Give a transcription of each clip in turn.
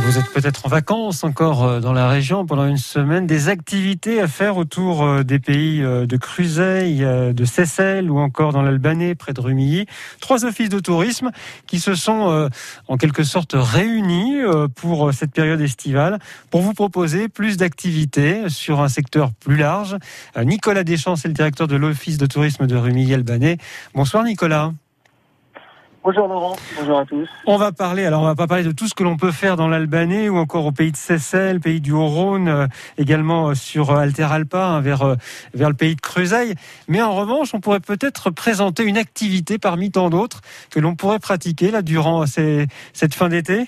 Vous êtes peut-être en vacances encore dans la région pendant une semaine. Des activités à faire autour des pays de Cruzeil, de Seyssel ou encore dans l'Albanais, près de Rumilly. 3 offices de tourisme qui se sont en quelque sorte réunis pour cette période estivale pour vous proposer plus d'activités sur un secteur plus large. Nicolas Deschamps, c'est le directeur de l'office de tourisme de Rumilly-Albanais. Bonsoir Nicolas. Bonjour Laurent, bonjour à tous. On va pas parler de tout ce que l'on peut faire dans l'Albanais ou encore au pays de Seyssel, pays du Haut-Rhône, également sur Alter Alpa, vers le pays de Cruzeil. Mais en revanche, on pourrait peut-être présenter une activité parmi tant d'autres que l'on pourrait pratiquer là durant cette fin d'été.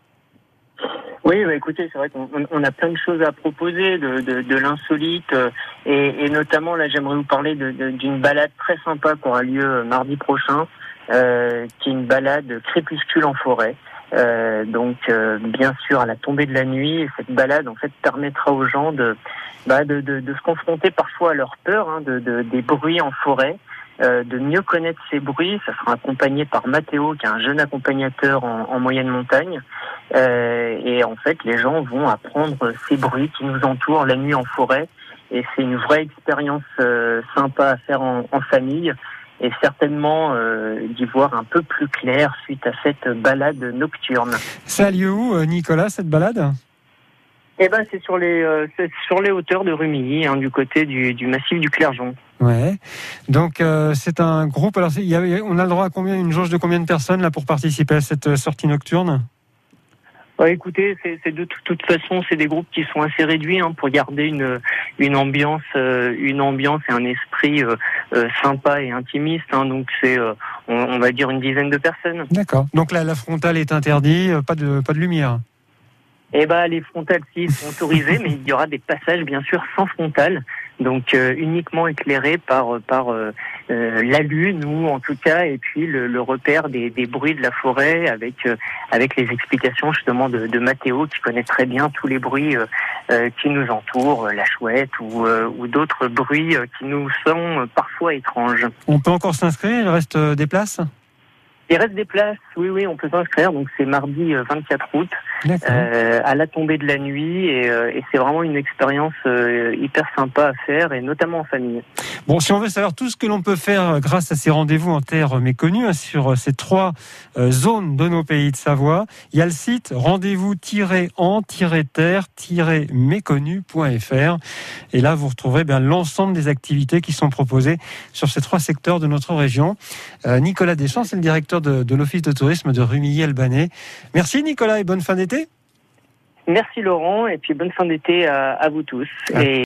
Oui, écoutez, c'est vrai qu'on a plein de choses à proposer, de l'insolite, et notamment là, j'aimerais vous parler d'une balade très sympa qui aura lieu mardi prochain, qui est une balade crépuscule en forêt. Donc, bien sûr, à la tombée de la nuit, et cette balade en fait permettra aux gens de se confronter parfois à leur peur, des bruits en forêt. De mieux connaître ces bruits. Ça sera accompagné par Mathéo, qui est un jeune accompagnateur en moyenne montagne. Et en fait, les gens vont apprendre ces bruits qui nous entourent la nuit en forêt. Et c'est une vraie expérience sympa à faire en famille. Et certainement d'y voir un peu plus clair suite à cette balade nocturne. Ça a lieu où, Nicolas, cette balade ? C'est sur les hauteurs de Rumilly, du côté du massif du Clergeon. Ouais. Donc c'est un groupe. Alors on a le droit à une jauge de combien de personnes là pour participer à cette sortie nocturne ? Écoutez, c'est de toute façon, c'est des groupes qui sont assez réduits pour garder une ambiance et un esprit sympa et intimiste. Donc c'est on va dire une dizaine de personnes. D'accord. Donc là, la frontale est interdite, pas de lumière. Les frontales, si, sont autorisées, mais il y aura des passages, bien sûr, sans frontale, donc uniquement éclairés par la lune, ou en tout cas, et puis le repère des bruits de la forêt, avec les explications justement de Mathéo, qui connaît très bien tous les bruits qui nous entourent, la chouette ou d'autres bruits qui nous sont parfois étranges. On peut encore s'inscrire, il reste des places ? Il reste des places, oui, on peut s'inscrire. Donc c'est mardi 24 août, à la tombée de la nuit, et c'est vraiment une expérience hyper sympa à faire, et notamment en famille. Bon, si on veut savoir tout ce que l'on peut faire grâce à ces rendez-vous en terre méconnues sur ces 3 zones de nos pays de Savoie, il y a le site rendez-vous-en-terre-méconnu.fr, et là vous retrouverez l'ensemble des activités qui sont proposées sur ces 3 secteurs de notre région. Nicolas Deschamps, c'est le directeur de l'office de tourisme de Rumilly-Albanais. Merci Nicolas et bonne fin d'été. Merci Laurent, et puis bonne fin d'été à vous tous.